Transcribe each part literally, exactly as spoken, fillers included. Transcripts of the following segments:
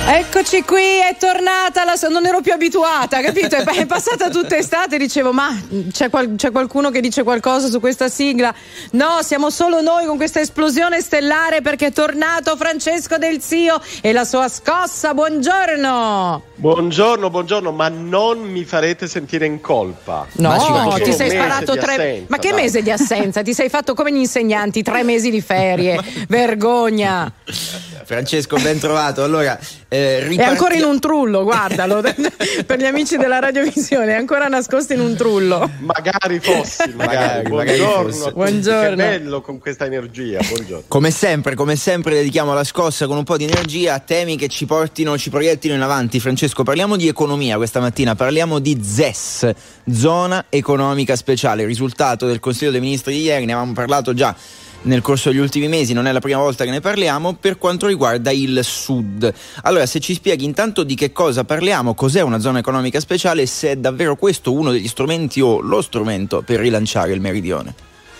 Eccoci qui, è tornata la... non ero più abituata, capito? È passata tutta estate, dicevo ma c'è, qual... c'è qualcuno che dice qualcosa su questa sigla? No, siamo solo noi con questa esplosione stellare, perché è tornato Francesco Del Zio e la sua scossa. Buongiorno. Buongiorno, buongiorno, ma non mi farete sentire in colpa. No, ti sei sparato tre... Assenza, ma che dai. Mese di assenza? Ti sei fatto come gli insegnanti, tre mesi di ferie. Vergogna. Francesco, ben trovato. Allora, eh, riparti... è ancora in un trullo, guardalo. Per gli amici della radiovisione, è ancora nascosto in un trullo. Magari fossi, magari. magari buongiorno. Magari fossi. Buongiorno. Che bello con questa energia. Buongiorno. Come sempre, come sempre dedichiamo la scossa con un po' di energia a temi che ci portino, ci proiettino in avanti. Francesco, parliamo di economia questa mattina, parliamo di Z E S, Zona Economica Speciale, il risultato del Consiglio dei Ministri di ieri, ne avevamo parlato già nel corso degli ultimi mesi, non è la prima volta che ne parliamo, per quanto riguarda il Sud. Allora, se ci spieghi intanto di che cosa parliamo, cos'è una zona economica speciale e se è davvero questo uno degli strumenti o lo strumento per rilanciare il meridione.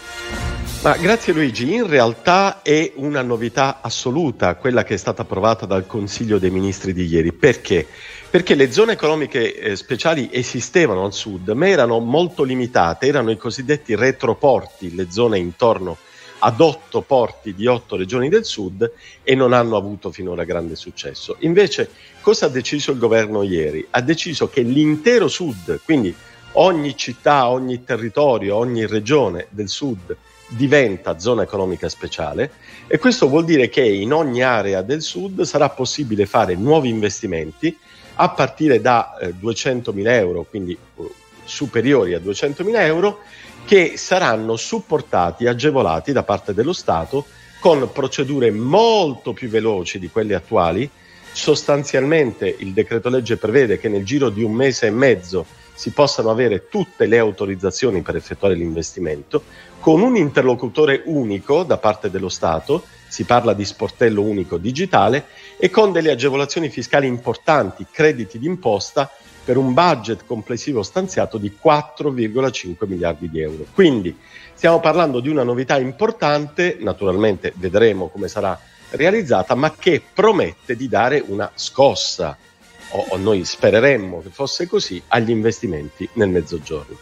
Ma grazie Luigi, in realtà è una novità assoluta quella che è stata approvata dal Consiglio dei Ministri di ieri. Perché? Perché le zone economiche eh, speciali esistevano al Sud, ma erano molto limitate, erano i cosiddetti retroporti, le zone intorno ad otto porti di otto regioni del Sud, e non hanno avuto finora grande successo. Invece, cosa ha deciso il governo ieri? Ha deciso che l'intero Sud, quindi ogni città, ogni territorio, ogni regione del Sud diventa zona economica speciale, e questo vuol dire che in ogni area del Sud sarà possibile fare nuovi investimenti a partire da eh, duecentomila euro, quindi uh, superiori a duecentomila euro, che saranno supportati, agevolati da parte dello Stato con procedure molto più veloci di quelle attuali. Sostanzialmente il decreto legge prevede che nel giro di un mese e mezzo si possano avere tutte le autorizzazioni per effettuare l'investimento, con un interlocutore unico da parte dello Stato, si parla di sportello unico digitale, e con delle agevolazioni fiscali importanti, crediti d'imposta, per un budget complessivo stanziato di quattro virgola cinque miliardi di euro. Quindi stiamo parlando di una novità importante, naturalmente vedremo come sarà realizzata, ma che promette di dare una scossa, o, o noi spereremmo che fosse così, agli investimenti nel Mezzogiorno.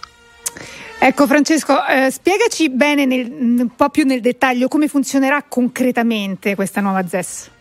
Ecco Francesco, eh, spiegaci bene nel, un po' più nel dettaglio come funzionerà concretamente questa nuova Z E S.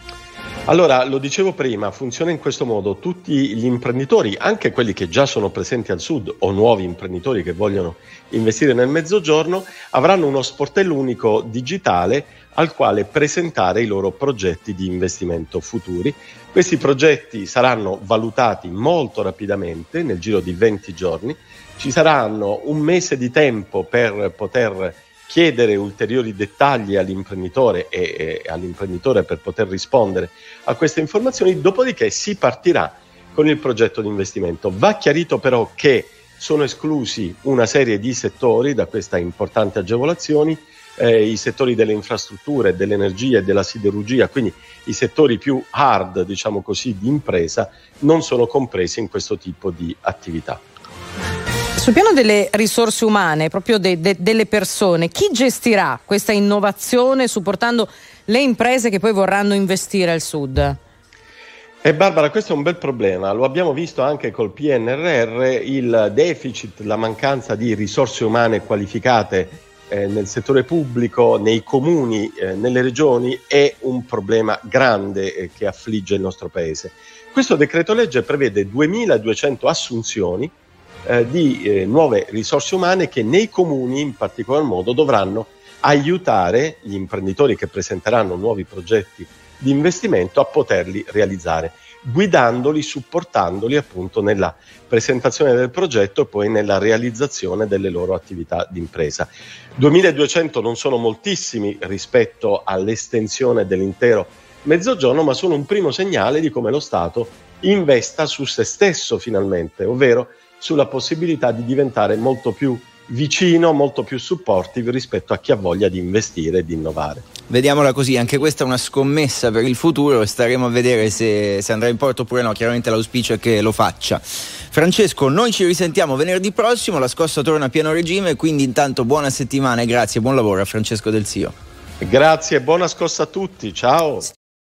Allora, lo dicevo prima, funziona in questo modo: tutti gli imprenditori, anche quelli che già sono presenti al Sud o nuovi imprenditori che vogliono investire nel Mezzogiorno, avranno uno sportello unico digitale al quale presentare i loro progetti di investimento futuri. Questi progetti saranno valutati molto rapidamente, nel giro di venti giorni, ci saranno un mese di tempo per poter chiedere ulteriori dettagli all'imprenditore e, e all'imprenditore per poter rispondere a queste informazioni, dopodiché si partirà con il progetto di investimento. Va chiarito però che sono esclusi una serie di settori da queste importanti agevolazioni, eh, i settori delle infrastrutture, dell'energia e della siderurgia, quindi i settori più hard, diciamo così, di impresa, non sono compresi in questo tipo di attività. Sul piano delle risorse umane, proprio de, de, delle persone, chi gestirà questa innovazione supportando le imprese che poi vorranno investire al Sud? Eh Barbara, questo è un bel problema, lo abbiamo visto anche col P N R R, il deficit, la mancanza di risorse umane qualificate eh, nel settore pubblico, nei comuni, eh, nelle regioni, è un problema grande eh, che affligge il nostro Paese. Questo decreto legge prevede duemiladuecento assunzioni Eh, di eh, nuove risorse umane che nei comuni in particolar modo dovranno aiutare gli imprenditori che presenteranno nuovi progetti di investimento a poterli realizzare, guidandoli, supportandoli appunto nella presentazione del progetto e poi nella realizzazione delle loro attività di impresa. duemiladuecento non sono moltissimi rispetto all'estensione dell'intero Mezzogiorno, ma sono un primo segnale di come lo Stato investa su se stesso finalmente, ovvero sulla possibilità di diventare molto più vicino, molto più supportive rispetto a chi ha voglia di investire e di innovare. Vediamola così, anche questa è una scommessa per il futuro, staremo a vedere se, se andrà in porto oppure no, chiaramente l'auspicio è che lo faccia. Francesco, noi ci risentiamo venerdì prossimo, la scossa torna a pieno regime, quindi intanto buona settimana e grazie, buon lavoro a Francesco Del Zio. Grazie e buona scossa a tutti, ciao!